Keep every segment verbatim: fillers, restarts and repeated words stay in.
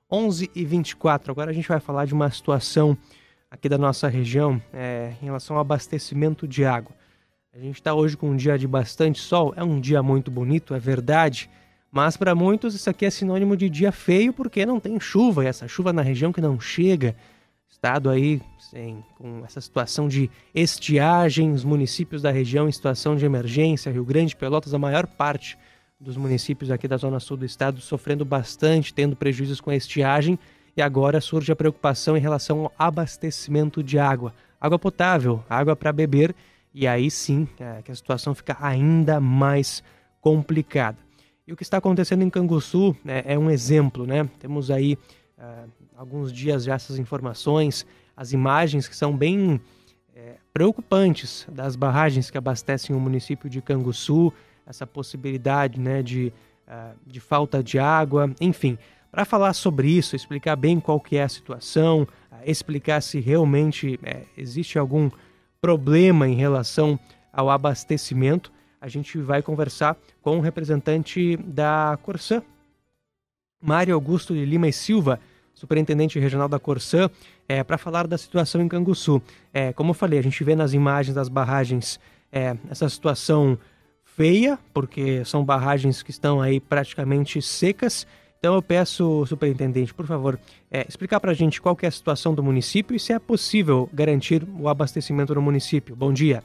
onze e vinte e quatro. Agora a gente vai falar de uma situação aqui da nossa região é, em relação ao abastecimento de água. A gente está hoje com um dia de bastante sol, é um dia muito bonito, é verdade, mas para muitos isso aqui é sinônimo de dia feio porque não tem chuva, e essa chuva na região que não chega. Estado aí sem, com essa situação de estiagem, os municípios da região em situação de emergência, Rio Grande, Pelotas, a maior parte dos municípios aqui da zona sul do estado sofrendo bastante, tendo prejuízos com a estiagem, e agora surge a preocupação em relação ao abastecimento de água. Água potável, água para beber, e aí sim é, que a situação fica ainda mais complicada. E o que está acontecendo em Canguçu né, é um exemplo, né? Temos aí uh, alguns dias já essas informações, as imagens que são bem é, preocupantes das barragens que abastecem o município de Canguçu, essa possibilidade né, de, uh, de falta de água, enfim. Para falar sobre isso, explicar bem qual que é a situação, uh, explicar se realmente uh, existe algum problema em relação ao abastecimento, a gente vai conversar com o representante da Corsã, Mário Augusto de Lima e Silva, superintendente regional da Corsã, é, para falar da situação em Canguçu. É, como eu falei, a gente vê nas imagens das barragens é, essa situação feia, porque são barragens que estão aí praticamente secas. Então eu peço, superintendente, por favor, é, explicar para a gente qual que é a situação do município e se é possível garantir o abastecimento no município. Bom dia.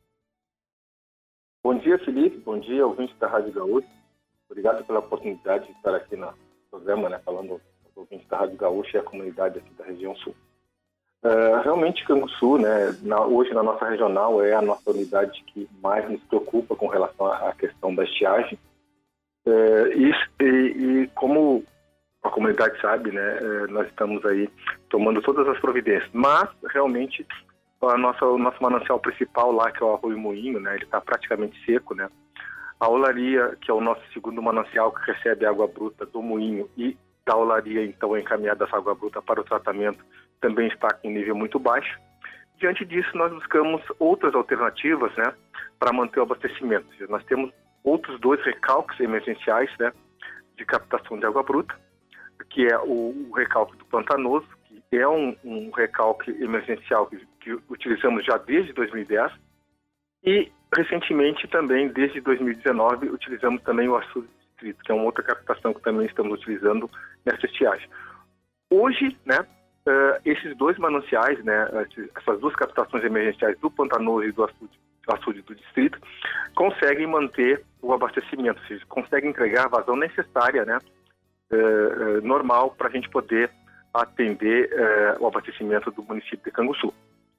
Bom dia, Felipe. Bom dia, ouvintes da Rádio Gaúcha. Obrigado pela oportunidade de estar aqui no programa, né, falando aos ouvintes da Rádio Gaúcha e a comunidade aqui da região sul. Uh, realmente, Canguçu, né, na, hoje na nossa regional, é a nossa unidade que mais nos preocupa com relação à, à questão da estiagem. Uh, e, e, e como a comunidade sabe, né, uh, nós estamos aí tomando todas as providências, mas realmente a nossa, o nosso manancial principal lá, que é o Arroio Moinho, né, ele está praticamente seco, né. A olaria, que é o nosso segundo manancial que recebe água bruta do moinho e da olaria, então, encaminhada essa água bruta para o tratamento, também está com um nível muito baixo. Diante disso, nós buscamos outras alternativas, né, para manter o abastecimento. Nós temos outros dois recalques emergenciais, né, de captação de água bruta, que é o, o recalque do Pantanoso, que é um, um recalque emergencial que, que utilizamos já desde dois mil e dez, e recentemente também, desde dois mil e dezenove, utilizamos também o Açude do Distrito, que é uma outra captação que também estamos utilizando nessa estiagem. Hoje, né, uh, esses dois mananciais, né, essas duas captações emergenciais do Pantanoso e do Açude, açude do Distrito, conseguem manter o abastecimento, ou seja, conseguem entregar a vazão necessária, né, uh, uh, normal, para a gente poder atender uh, o abastecimento do município de Canguçu.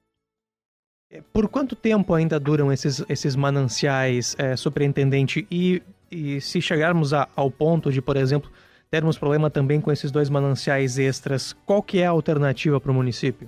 Por quanto tempo ainda duram esses, esses mananciais, é, superintendente? E, e se chegarmos a, ao ponto de, por exemplo, termos problema também com esses dois mananciais extras, qual que é a alternativa para o município?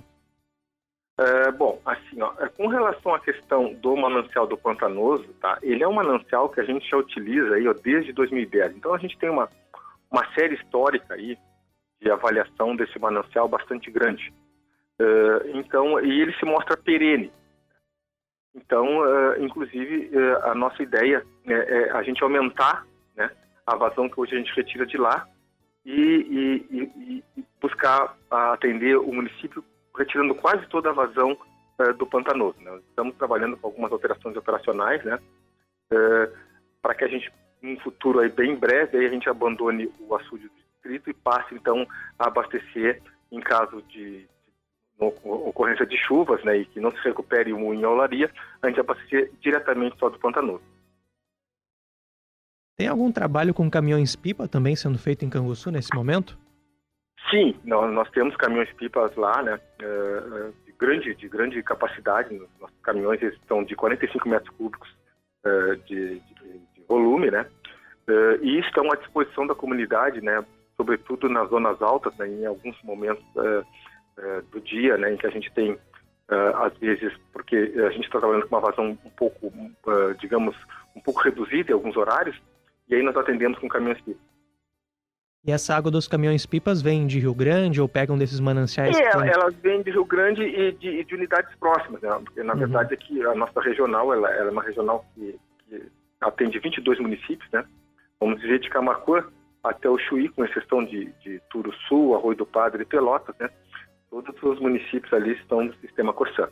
É, bom, assim, ó, com relação à questão do manancial do Pantanoso, tá? Ele é um manancial que a gente já utiliza aí, ó, desde dois mil e dez. Então a gente tem uma, uma série histórica aí de avaliação desse manancial bastante grande. Uh, então, e ele se mostra perene. Então, uh, inclusive, uh, a nossa ideia é, é a gente aumentar, né, a vazão que hoje a gente retira de lá e, e, e buscar atender o município retirando quase toda a vazão uh, do Pantanoso. Né? Estamos trabalhando com algumas alterações operacionais, né, uh, para que a gente, num futuro aí bem breve, aí a gente abandone o açude do distrito e passe, então, a abastecer em caso de ocorrência de chuvas, né, e que não se recupere o moinho e a olaria, a gente abastecer diretamente só do Pantanoso. Tem algum trabalho com caminhões-pipa também sendo feito em Canguçu nesse momento? Sim, nós, nós temos caminhões-pipas lá, né, uh, de, grande, de grande capacidade. Nossos caminhões eles são de quarenta e cinco metros cúbicos uh, de, de, de volume, né, uh, e estão à disposição da comunidade, né, sobretudo nas zonas altas, né, em alguns momentos uh, uh, do dia, né, em que a gente tem, uh, às vezes, porque a gente está trabalhando com uma vazão um pouco, uh, digamos, um pouco reduzida em alguns horários, e aí nós atendemos com caminhões-pipa. E essa água dos caminhões-pipas vem de Rio Grande ou pegam desses mananciais? É, que tem... elas vêm de Rio Grande e de, e de unidades próximas, né? Porque, na uhum. verdade, aqui a nossa regional, ela, ela é uma regional que, que atende vinte e dois municípios, né? Vamos dizer, de Camaquã, até o Chuí, com exceção de, de Turuçu, Arroio do Padre e Pelotas, né? Todos os municípios ali estão no sistema Corsã.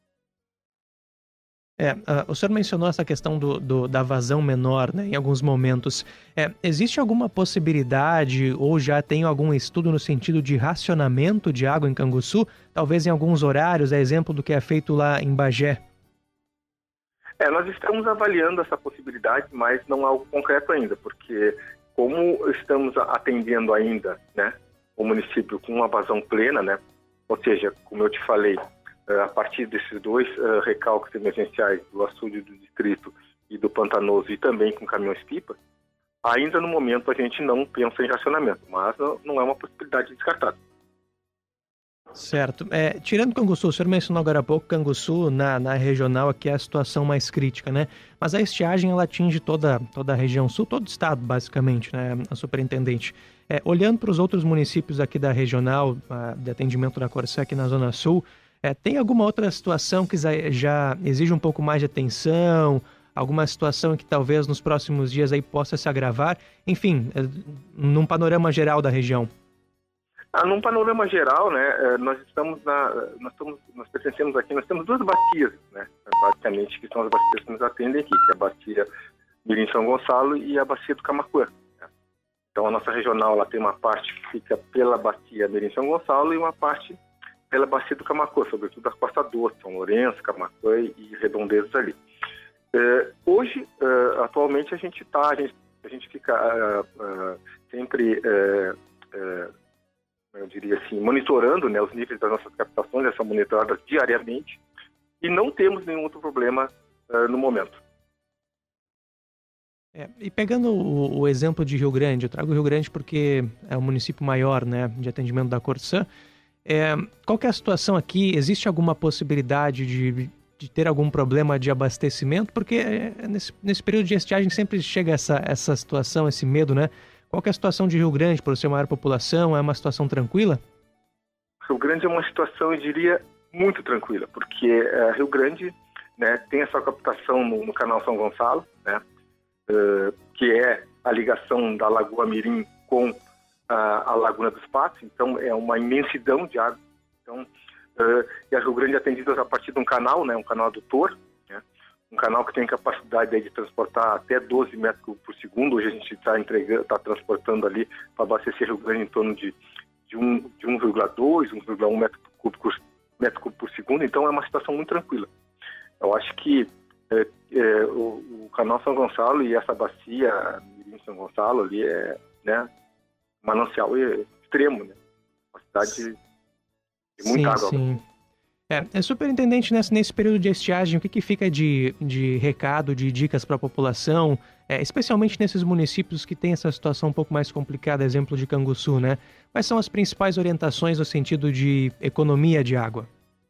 É, uh, o senhor mencionou essa questão do, do, da vazão menor, né, em alguns momentos. É, existe alguma possibilidade ou já tem algum estudo no sentido de racionamento de água em Canguçu? Talvez em alguns horários, é exemplo do que é feito lá em Bagé? É, nós estamos avaliando essa possibilidade, mas não há algo concreto ainda, porque como estamos atendendo ainda, né, o município com uma vazão plena, né, ou seja, como eu te falei, a partir desses dois uh, recalques emergenciais do açude do distrito e do Pantanoso e também com caminhões-pipa, ainda no momento a gente não pensa em racionamento, mas não é uma possibilidade descartada. Certo. É, tirando Canguçu, o senhor mencionou agora há pouco Canguçu, na, na regional aqui é a situação mais crítica, né? Mas a estiagem ela atinge toda, toda a região sul, todo o estado, basicamente, né, a superintendente. É, olhando para os outros municípios aqui da regional, a, de atendimento da Corsã aqui na Zona Sul, É, tem alguma outra situação que já exige um pouco mais de atenção? Alguma situação que talvez nos próximos dias aí possa se agravar? Enfim, é, num panorama geral da região. Ah, num panorama geral, né, nós estamos na, nós estamos, nós pertencemos aqui, nós temos duas bacias, né, basicamente, que são as bacias que nos atendem aqui, que é a bacia Mirim São Gonçalo e a bacia do Camaquã. Né? Então a nossa regional, ela tem uma parte que fica pela bacia Mirim São Gonçalo e uma parte pela bacia do Camaquã, sobretudo a Costa Doce, São Lourenço, Camaquã e redondezas ali. É, hoje, é, atualmente, a gente está, a gente, a gente fica é, é, sempre, é, é, eu diria assim, monitorando, né, os níveis das nossas captações, elas são monitoradas diariamente, e não temos nenhum outro problema é, no momento. É, e pegando o, o exemplo de Rio Grande, eu trago o Rio Grande porque é o município maior, né, de atendimento da Corsã. É, qual que é a situação aqui? Existe alguma possibilidade de, de ter algum problema de abastecimento? Porque é, nesse, nesse período de estiagem sempre chega essa, essa situação, esse medo, né? Qual que é a situação de Rio Grande, por ser maior população? É uma situação tranquila? Rio Grande é uma situação, eu diria, muito tranquila, porque é, Rio Grande, né, tem a sua captação no, no canal São Gonçalo, né, uh, que é a ligação da Lagoa Mirim com a, a Laguna dos Patos, então é uma imensidão de água. Então, uh, e a Rio Grande é atendida a partir de um canal, né, um canal adutor, né, um canal que tem capacidade aí de transportar até doze metros por segundo. Hoje a gente está entregando, está transportando ali para abastecer Rio Grande em torno de, de, um, de um vírgula dois, um vírgula um metro cúbico, metro cúbico por segundo, então é uma situação muito tranquila. Eu acho que é, é, o, o canal São Gonçalo e essa bacia Mirim São Gonçalo ali é, né, manancial extremo, né? Uma cidade de muita sim, água. Sim. É, é superintendente, nesse, nesse período de estiagem, o que, que fica de, de recado, de dicas para a população, é, especialmente nesses municípios que têm essa situação um pouco mais complicada, exemplo de Canguçu, né? Quais são as principais orientações no sentido de economia de água?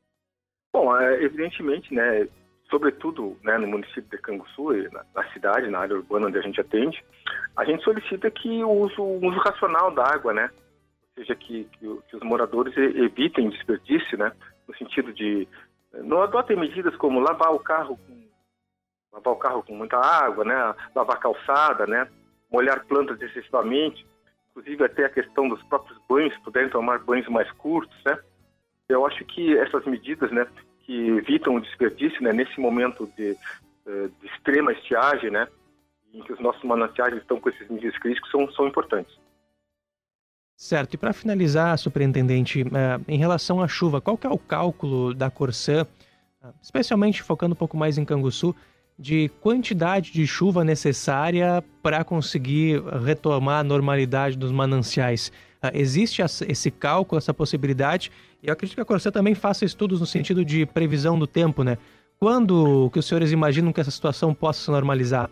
Bom, é, evidentemente, né, sobretudo, né, no município de Canguçu, na, na cidade, na área urbana onde a gente atende, a gente solicita que o uso, o uso racional da água, né, ou seja, que, que, que os moradores evitem desperdício, né, no sentido de não adotem medidas como lavar o carro com, lavar o carro com muita água, né, lavar a calçada, né, molhar plantas excessivamente, inclusive até a questão dos próprios banhos, puderem tomar banhos mais curtos, né. Eu acho que essas medidas, né, que evitam o desperdício, né, nesse momento de, de extrema estiagem, né, em que os nossos mananciais estão com esses níveis críticos, são, são importantes. Certo. E para finalizar, superintendente, em relação à chuva, qual que é o cálculo da Corsã, especialmente focando um pouco mais em Canguçu, de quantidade de chuva necessária para conseguir retomar a normalidade dos mananciais? Existe esse cálculo, essa possibilidade? E eu acredito que a Corsã também faça estudos no sentido de previsão do tempo, né? Quando que os senhores imaginam que essa situação possa se normalizar?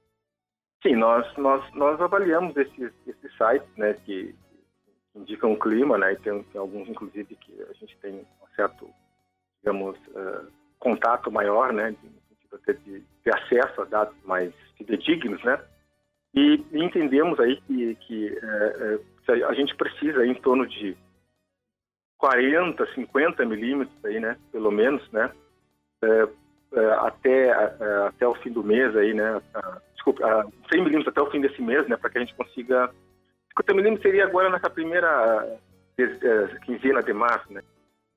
Sim, nós, nós, nós avaliamos esses, esses sites, né, que indicam o clima, né, e tem, tem alguns, inclusive, que a gente tem um certo, digamos, uh, contato maior, né, de, de, de ter acesso a dados mais fidedignos, né, e, e entendemos aí que, que uh, uh, a gente precisa aí, em torno de quarenta, cinquenta milímetros aí, né, pelo menos, né, uh, uh, até, uh, até o fim do mês aí, né, uh, desculpa, uh, cem milímetros até o fim desse mês, né, para que a gente consiga que eu me lembro seria agora nessa primeira uh, quinzena de março, né?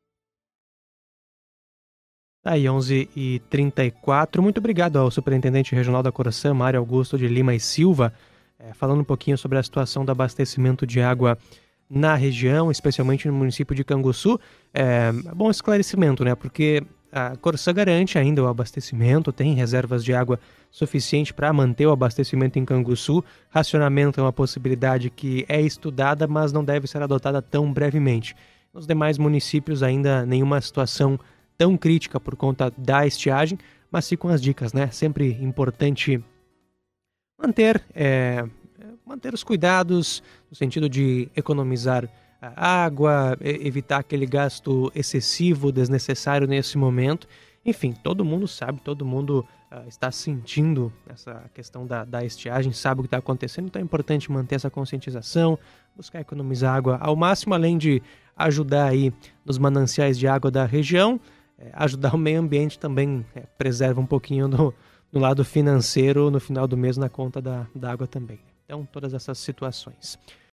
Aí, onze e trinta e quatro. Muito obrigado ao Superintendente Regional da Corsã, Mário Augusto de Lima e Silva, é, falando um pouquinho sobre a situação do abastecimento de água na região, especialmente no município de Canguçu. É, bom esclarecimento, né? Porque a Corsã garante ainda o abastecimento, tem reservas de água suficiente para manter o abastecimento em Canguçu. Racionamento é uma possibilidade que é estudada, mas não deve ser adotada tão brevemente. Nos demais municípios ainda nenhuma situação tão crítica por conta da estiagem, mas ficam as dicas, né? Sempre importante manter, é, manter os cuidados no sentido de economizar a água, evitar aquele gasto excessivo, desnecessário nesse momento. Enfim, todo mundo sabe, todo mundo uh, está sentindo essa questão da, da estiagem, sabe o que está acontecendo, então é importante manter essa conscientização, buscar economizar água ao máximo, além de ajudar aí nos mananciais de água da região. É, ajudar o meio ambiente também é, preserva um pouquinho do, do lado financeiro no final do mês na conta da, da água também. Então, todas essas situações.